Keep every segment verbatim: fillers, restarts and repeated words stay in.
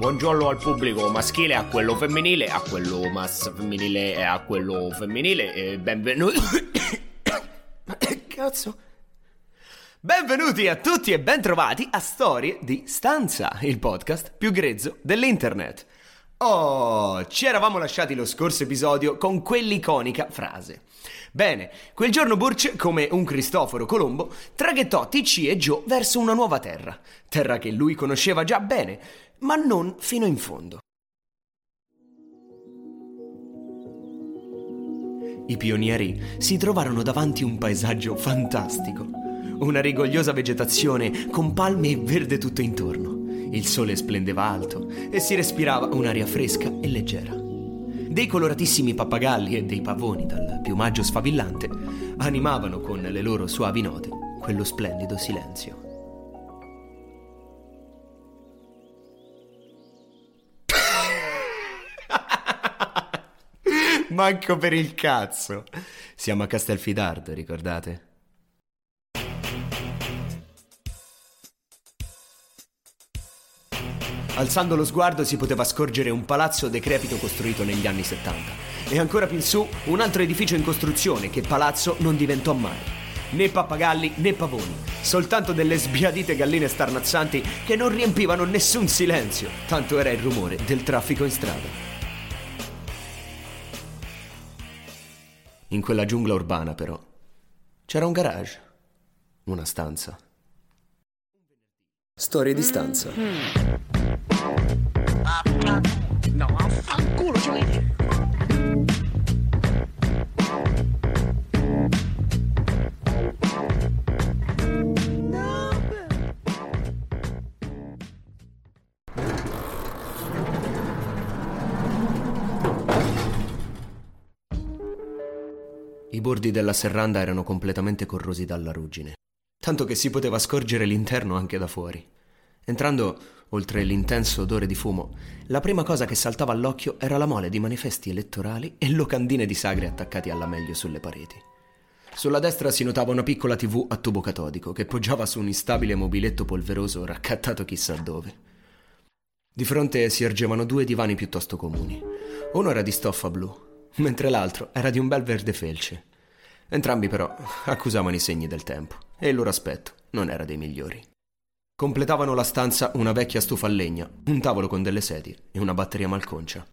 Buongiorno al pubblico maschile, a quello femminile, a quello mas femminile e a quello femminile e benvenuti. Ma che cazzo? Benvenuti a tutti e bentrovati a Storie di Stanza, il podcast più grezzo dell'internet. Oh, ci eravamo lasciati lo scorso episodio con quell'iconica frase. Bene, quel giorno Burch, come un Cristoforo Colombo, traghettò T C e Joe verso una nuova terra, terra che lui conosceva già bene, ma non fino in fondo. I pionieri si trovarono davanti un paesaggio fantastico, una rigogliosa vegetazione con palme e verde tutto intorno. Il sole splendeva alto e si respirava un'aria fresca e leggera. Dei coloratissimi pappagalli e dei pavoni dal piumaggio sfavillante animavano con le loro suavi note quello splendido silenzio. Manco per il cazzo. Siamo a Castelfidardo, ricordate? Alzando lo sguardo si poteva scorgere un palazzo decrepito costruito negli anni settanta e ancora più in su un altro edificio in costruzione che palazzo non diventò mai. Né pappagalli né pavoni, soltanto delle sbiadite galline starnazzanti che non riempivano nessun silenzio, tanto era il rumore del traffico in strada. In quella giungla urbana però c'era un garage, una stanza. Storie di stanza. No, affanculo, cioè. I bordi della serranda erano completamente corrosi dalla ruggine, tanto che si poteva scorgere l'interno anche da fuori. Entrando, oltre l'intenso odore di fumo, la prima cosa che saltava all'occhio era la mole di manifesti elettorali e locandine di sagre attaccati alla meglio sulle pareti. Sulla destra si notava una piccola tivù a tubo catodico che poggiava su un instabile mobiletto polveroso raccattato chissà dove. Di fronte si ergevano due divani piuttosto comuni. Uno era di stoffa blu, mentre l'altro era di un bel verde felce. Entrambi però accusavano i segni del tempo e il loro aspetto non era dei migliori. Completavano la stanza una vecchia stufa a legna, un tavolo con delle sedie e una batteria malconcia.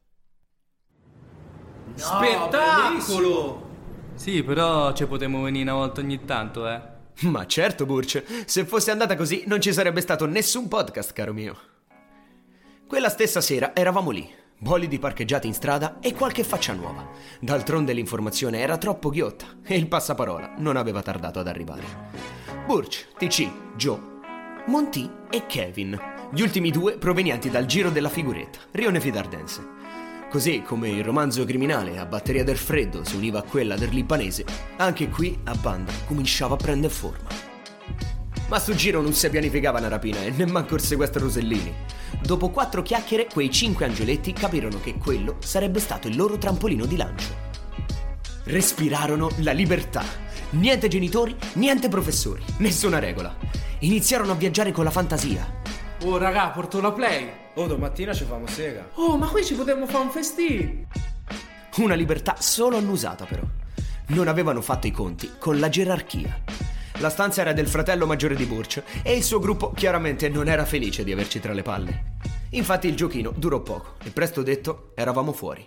No, spettacolo! Sì, però ci potremmo venire una volta ogni tanto, eh. Ma certo, Burch, se fosse andata così non ci sarebbe stato nessun podcast, caro mio. Quella stessa sera eravamo lì, bolidi parcheggiati in strada e qualche faccia nuova. D'altronde l'informazione era troppo ghiotta e il passaparola non aveva tardato ad arrivare. Burch, T C, Joe, Monty e Kevin, gli ultimi due provenienti dal giro della figuretta, Rione Fidardense. Così come il romanzo criminale a Batteria del Freddo si univa a quella del libanese, anche qui a banda cominciava a prendere forma. Ma sul giro non si pianificava una rapina e nemmanco il sequestro Rosellini. Dopo quattro chiacchiere, quei cinque angioletti capirono che quello sarebbe stato il loro trampolino di lancio. Respirarono la libertà. Niente genitori, niente professori, nessuna regola. Iniziarono a viaggiare con la fantasia. Oh raga, porto la play. Oh, domattina ci famo sega. Oh, ma qui ci potremmo fare un festino. Una libertà solo annusata però. Non avevano fatto i conti con la gerarchia. La stanza era del fratello maggiore di Burch e il suo gruppo chiaramente non era felice di averci tra le palle. Infatti il giochino durò poco e presto detto eravamo fuori.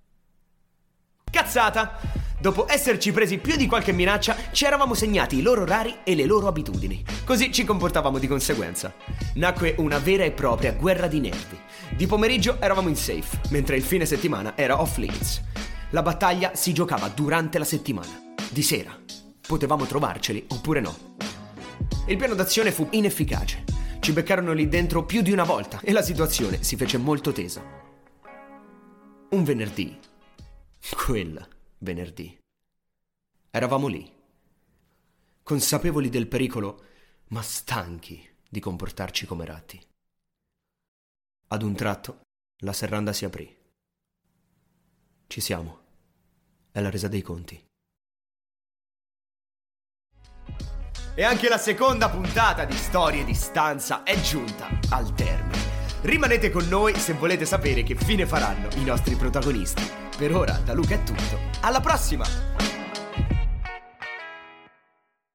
Cazzata! Dopo esserci presi più di qualche minaccia, ci eravamo segnati i loro orari e le loro abitudini. Così ci comportavamo di conseguenza. Nacque una vera e propria guerra di nervi. Di pomeriggio eravamo in safe, mentre il fine settimana era off limits. La battaglia si giocava durante la settimana. Di sera. Potevamo trovarceli oppure no. Il piano d'azione fu inefficace. Ci beccarono lì dentro più di una volta e la situazione si fece molto tesa. Un venerdì. Quel venerdì. Eravamo lì, consapevoli del pericolo, ma stanchi di comportarci come ratti. Ad un tratto, la serranda si aprì. Ci siamo. È la resa dei conti. E anche la seconda puntata di Storie di Stanza è giunta al termine. Rimanete con noi se volete sapere che fine faranno i nostri protagonisti. Per ora da Luca è tutto, alla prossima!